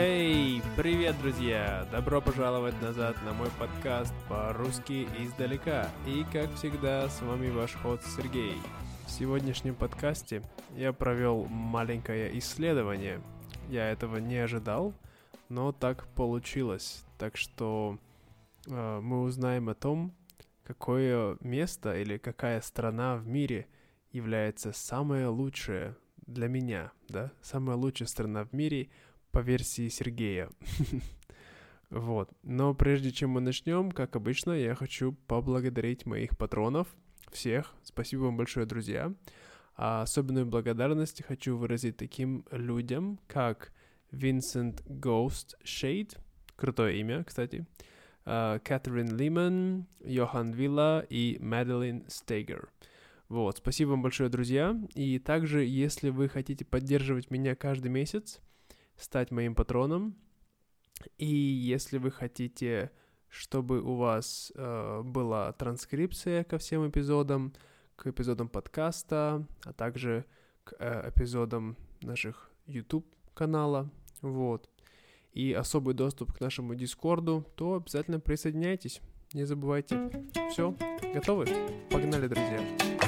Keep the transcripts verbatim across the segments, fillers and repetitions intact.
Эй, привет, друзья! Добро пожаловать назад на мой подкаст по-русски издалека. И, как всегда, с вами ваш хост Сергей. В сегодняшнем подкасте я провел маленькое исследование. Я этого не ожидал, но так получилось. Так что э, мы узнаем о том, какое место или какая страна в мире является самая лучшая для меня, да? Самая лучшая страна в мире по версии Сергея. Вот. Но прежде чем мы начнем, как обычно, я хочу поблагодарить моих патронов, всех. Спасибо вам большое, друзья. А особенную благодарность хочу выразить таким людям, как Vincent Ghost Shade, крутое имя, кстати, Кэтрин Лиман, Йохан Вилла и Маделин Стейгер. Вот, спасибо вам большое, друзья. И также, если вы хотите поддерживать меня каждый месяц, стать моим патроном. И если вы хотите, чтобы у вас э, была транскрипция ко всем эпизодам, к эпизодам подкаста, а также к э, эпизодам наших YouTube-канала, вот, и особый доступ к нашему Дискорду, то обязательно присоединяйтесь. Не забывайте. Все, готовы? Погнали, друзья!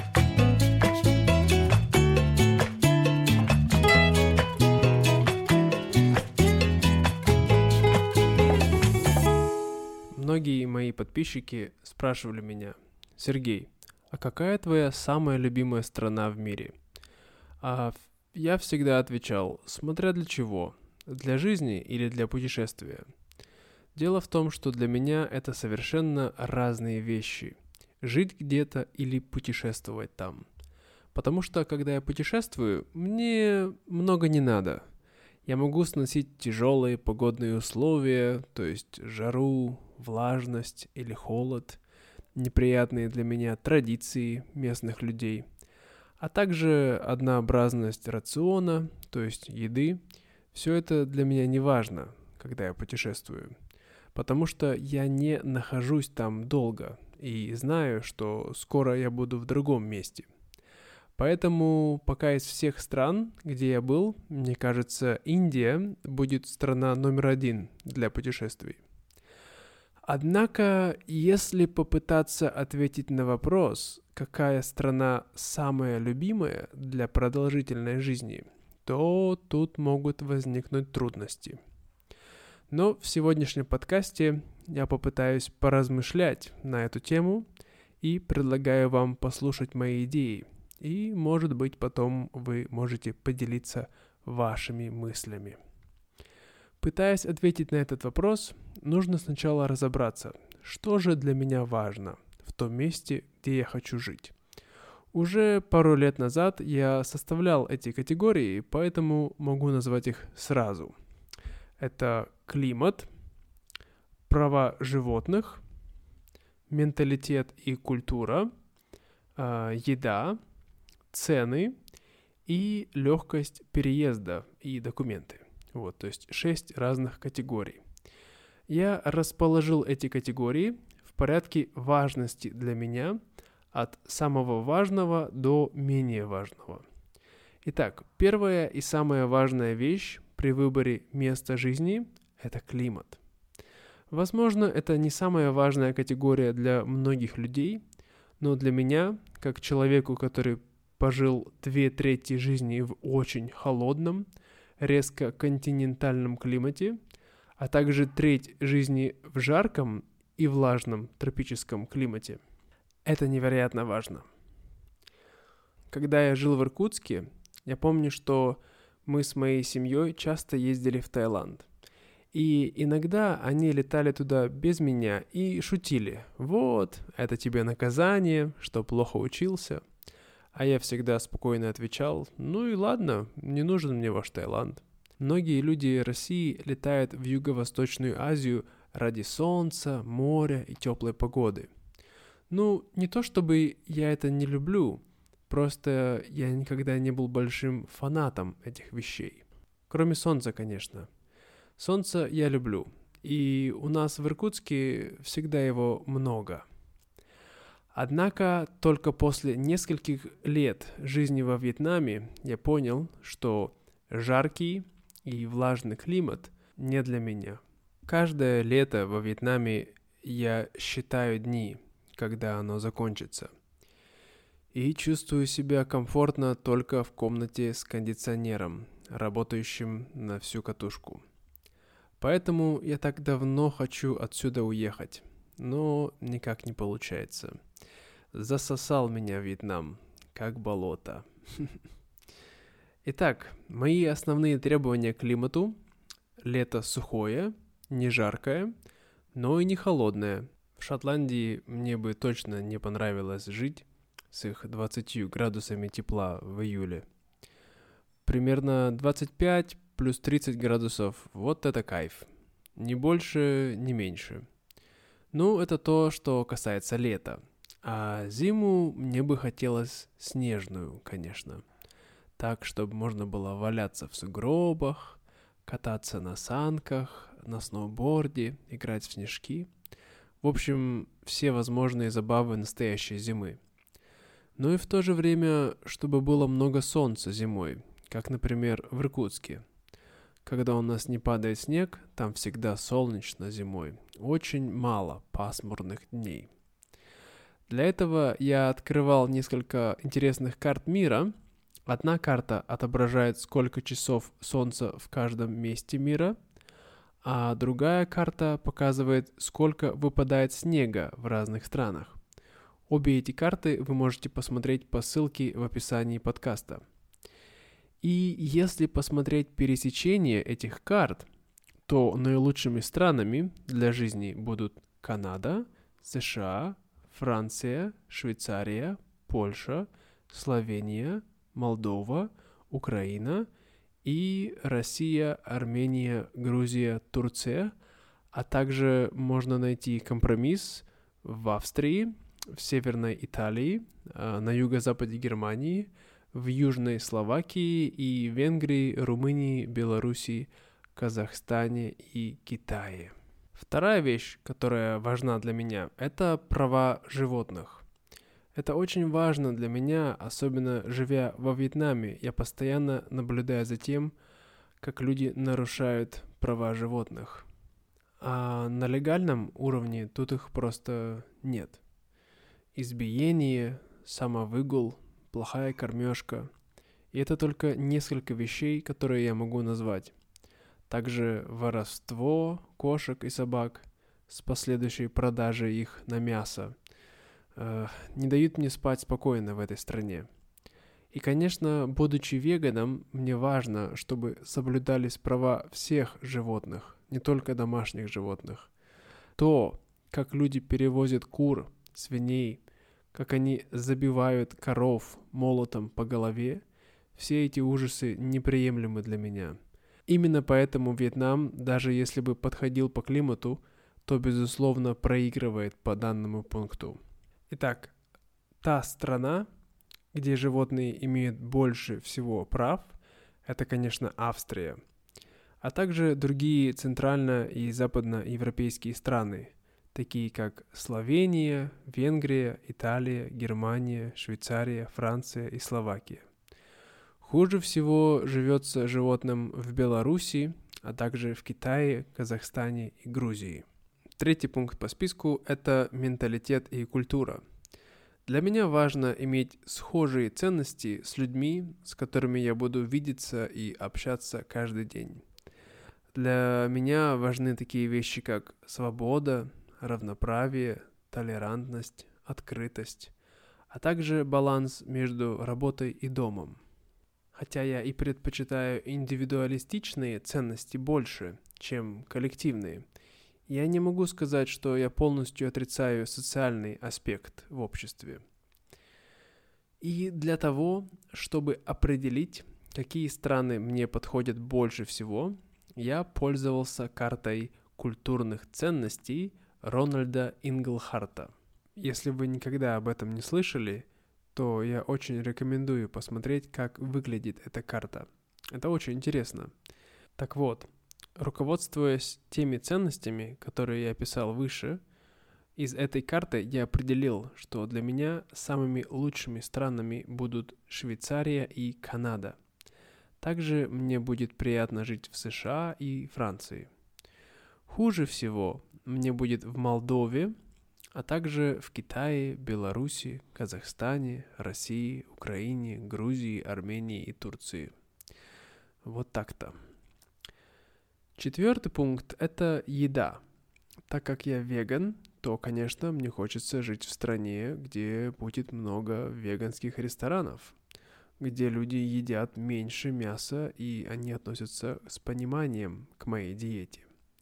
Многие мои подписчики спрашивали меня: Сергей, а какая твоя самая любимая страна в мире? А я всегда отвечал: смотря для чего, для жизни или для путешествия. Дело в том, что для меня это совершенно разные вещи. Жить где-то или путешествовать там. Потому что, когда я путешествую, мне много не надо. Я могу сносить тяжелые погодные условия, то есть жару, влажность или холод, неприятные для меня традиции местных людей, а также однообразность рациона, то есть еды. Все это для меня не важно, когда я путешествую, потому что я не нахожусь там долго и знаю, что скоро я буду в другом месте. Поэтому пока из всех стран, где я был, мне кажется, Индия будет страна номер один для путешествий. Однако, если попытаться ответить на вопрос, какая страна самая любимая для продолжительной жизни, то тут могут возникнуть трудности. Но в сегодняшнем подкасте я попытаюсь поразмышлять на эту тему и предлагаю вам послушать мои идеи. И, может быть, потом вы можете поделиться вашими мыслями. Пытаясь ответить на этот вопрос, нужно сначала разобраться, что же для меня важно в том месте, где я хочу жить. Уже пару лет назад я составлял эти категории, поэтому могу назвать их сразу. Это климат, права животных, менталитет и культура, еда, цены и легкость переезда и документы. Вот, то есть шесть разных категорий. Я расположил эти категории в порядке важности для меня от самого важного до менее важного. Итак, первая и самая важная вещь при выборе места жизни – это климат. Возможно, это не самая важная категория для многих людей, но для меня, как человеку, который пожил две трети жизни в очень холодном, резко континентальном климате, а также треть жизни в жарком и влажном тропическом климате. Это невероятно важно. Когда я жил в Иркутске, я помню, что мы с моей семьей часто ездили в Таиланд. И иногда они летали туда без меня и шутили: «Вот, это тебе наказание, что плохо учился». А я всегда спокойно отвечал: «Ну и ладно, не нужен мне ваш Таиланд». Многие люди России летают в Юго-Восточную Азию ради солнца, моря и теплой погоды. Ну, не то чтобы я это не люблю, просто я никогда не был большим фанатом этих вещей. Кроме солнца, конечно. Солнце я люблю, и у нас в Иркутске всегда его много. Однако только после нескольких лет жизни во Вьетнаме я понял, что жаркий и влажный климат не для меня. Каждое лето во Вьетнаме я считаю дни, когда оно закончится. И чувствую себя комфортно только в комнате с кондиционером, работающим на всю катушку. Поэтому я так давно хочу отсюда уехать, но никак не получается. Засосал меня Вьетнам, как болото. Итак, мои основные требования к климату. Лето сухое, не жаркое, но и не холодное. В Шотландии мне бы точно не понравилось жить с их двадцатью градусами тепла в июле. Примерно двадцать пять плюс тридцать градусов, вот это кайф. Ни больше, ни меньше. Ну, это то, что касается лета. А зиму мне бы хотелось снежную, конечно. Так, чтобы можно было валяться в сугробах, кататься на санках, на сноуборде, играть в снежки. В общем, все возможные забавы настоящей зимы. Но и в то же время, чтобы было много солнца зимой, как, например, в Иркутске. Когда у нас не падает снег, там всегда солнечно зимой. Очень мало пасмурных дней. Для этого я открывал несколько интересных карт мира. Одна карта отображает, сколько часов солнца в каждом месте мира, а другая карта показывает, сколько выпадает снега в разных странах. Обе эти карты вы можете посмотреть по ссылке в описании подкаста. И если посмотреть пересечение этих карт, то наилучшими странами для жизни будут Канада, США, Франция, Швейцария, Польша, Словения, Молдова, Украина и Россия, Армения, Грузия, Турция, а также можно найти компромисс в Австрии, в Северной Италии, на юго-западе Германии, в Южной Словакии и Венгрии, Румынии, Белоруссии, Казахстане и Китае. Вторая вещь, которая важна для меня, это права животных. Это очень важно для меня, особенно живя во Вьетнаме. Я постоянно наблюдаю за тем, как люди нарушают права животных. А на легальном уровне тут их просто нет. Избиение, самовыгул, плохая кормежка. И это только несколько вещей, которые я могу назвать. Также воровство кошек и собак с последующей продажей их на мясо э, не дают мне спать спокойно в этой стране. И, конечно, будучи веганом, мне важно, чтобы соблюдались права всех животных, не только домашних животных. То, как люди перевозят кур, свиней, как они забивают коров молотом по голове, все эти ужасы неприемлемы для меня. Именно поэтому Вьетнам, даже если бы подходил по климату, то, безусловно, проигрывает по данному пункту. Итак, та страна, где животные имеют больше всего прав, это, конечно, Австрия, а также другие центрально- и западноевропейские страны, такие как Словения, Венгрия, Италия, Германия, Швейцария, Франция и Словакия. Хуже всего живется животным в Беларуси, а также в Китае, Казахстане и Грузии. Третий пункт по списку – это менталитет и культура. Для меня важно иметь схожие ценности с людьми, с которыми я буду видеться и общаться каждый день. Для меня важны такие вещи, как свобода, равноправие, толерантность, открытость, а также баланс между работой и домом. Хотя я и предпочитаю индивидуалистичные ценности больше, чем коллективные, я не могу сказать, что я полностью отрицаю социальный аспект в обществе. И для того, чтобы определить, какие страны мне подходят больше всего, я пользовался картой культурных ценностей Рональда Инглхарта. Если вы никогда об этом не слышали, то я очень рекомендую посмотреть, как выглядит эта карта. Это очень интересно. Так вот, руководствуясь теми ценностями, которые я описал выше, из этой карты я определил, что для меня самыми лучшими странами будут Швейцария и Канада. Также мне будет приятно жить в США и Франции. Хуже всего мне будет в Молдове, а также в Китае, Беларуси, Казахстане, России, Украине, Грузии, Армении и Турции. Вот так-то. Четвертый пункт – это еда. Так как я веган, то, конечно, мне хочется жить в стране, где будет много веганских ресторанов, где люди едят меньше мяса и они относятся с пониманием к моей диете.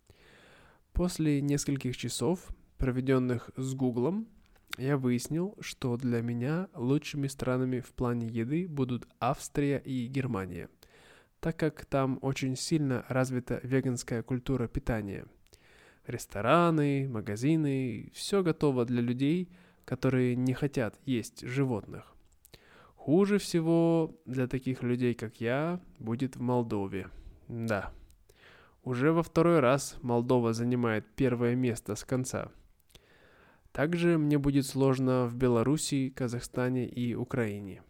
После нескольких часов, проведенных с Гуглом, я выяснил, что для меня лучшими странами в плане еды будут Австрия и Германия, так как там очень сильно развита веганская культура питания. Рестораны, магазины, все готово для людей, которые не хотят есть животных. Хуже всего для таких людей, как я, будет в Молдове. Да, уже во второй раз Молдова занимает первое место с конца. Также мне будет сложно в Беларуси, Казахстане и Украине.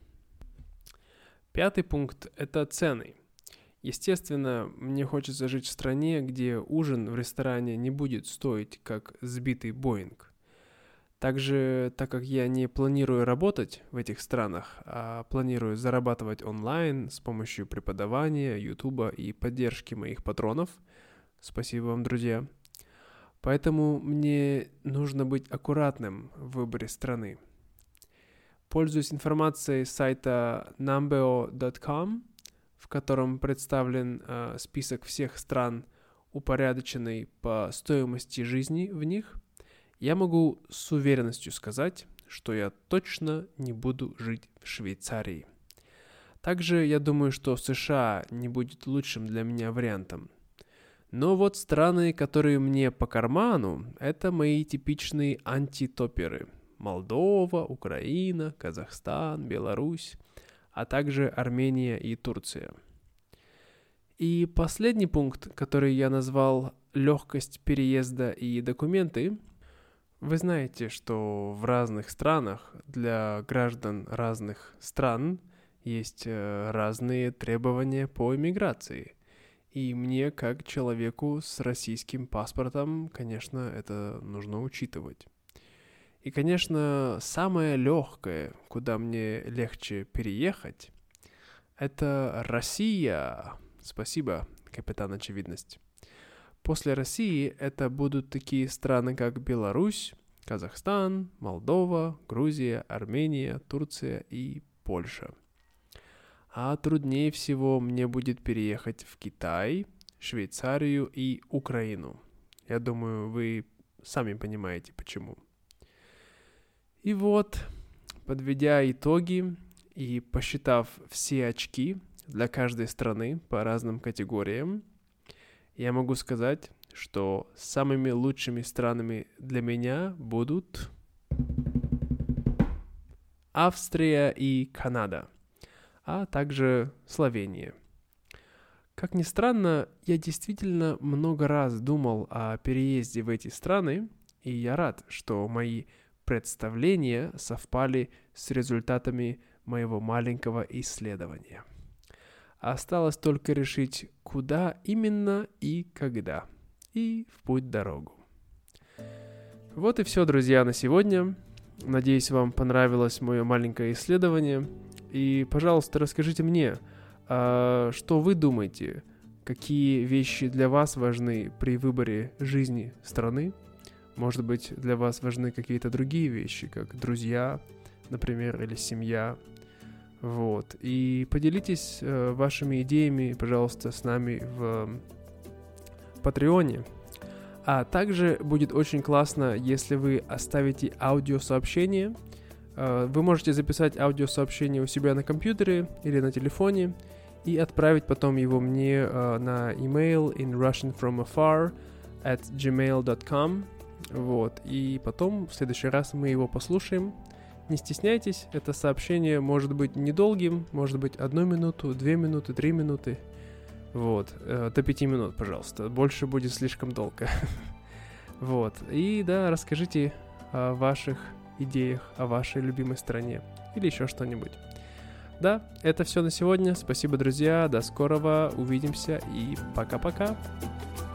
Пятый пункт – это цены. Естественно, мне хочется жить в стране, где ужин в ресторане не будет стоить, как сбитый Боинг. Также, так как я не планирую работать в этих странах, а планирую зарабатывать онлайн с помощью преподавания, ютуба и поддержки моих патронов, спасибо вам, друзья, поэтому мне нужно быть аккуратным в выборе страны. Пользуясь информацией сайта numbeo точка com, в котором представлен э, список всех стран, упорядоченный по стоимости жизни в них, я могу с уверенностью сказать, что я точно не буду жить в Швейцарии. Также я думаю, что США не будет лучшим для меня вариантом. Но вот страны, которые мне по карману, это мои типичные антитоперы. Молдова, Украина, Казахстан, Беларусь, а также Армения и Турция. И последний пункт, который я назвал легкость переезда и документы. Вы знаете, что в разных странах для граждан разных стран есть разные требования по иммиграции. И мне, как человеку с российским паспортом, конечно, это нужно учитывать. И, конечно, самое легкое, куда мне легче переехать, это Россия. Спасибо, капитан Очевидность. После России это будут такие страны, как Беларусь, Казахстан, Молдова, Грузия, Армения, Турция и Польша. А труднее всего мне будет переехать в Китай, Швейцарию и Украину. Я думаю, вы сами понимаете, почему. И вот, подведя итоги и посчитав все очки для каждой страны по разным категориям, я могу сказать, что самыми лучшими странами для меня будут Австрия и Канада, а также Словения. Как ни странно, я действительно много раз думал о переезде в эти страны, и я рад, что мои представления совпали с результатами моего маленького исследования. Осталось только решить, куда именно и когда. И в путь дорогу. Вот и все, друзья, на сегодня. Надеюсь, вам понравилось мое маленькое исследование. И, пожалуйста, расскажите мне, а что вы думаете, какие вещи для вас важны при выборе жизни страны? Может быть, для вас важны какие-то другие вещи, как друзья, например, или семья. Вот. И поделитесь э, вашими идеями, пожалуйста, с нами в Патреоне. А также будет очень классно, если вы оставите аудиосообщение. Э, вы можете записать аудиосообщение у себя на компьютере или на телефоне и отправить потом его мне э, на email in russian from afar at gmail dot com. Вот, и потом в следующий раз мы его послушаем. Не стесняйтесь, это сообщение может быть недолгим, может быть одну минуту, две минуты, три минуты. Вот, э, до пяти минут, пожалуйста, больше будет слишком долго. Вот, и да, расскажите о ваших идеях, о вашей любимой стране или еще что-нибудь. Да, это все на сегодня. Спасибо, друзья. До скорого. Увидимся и пока-пока.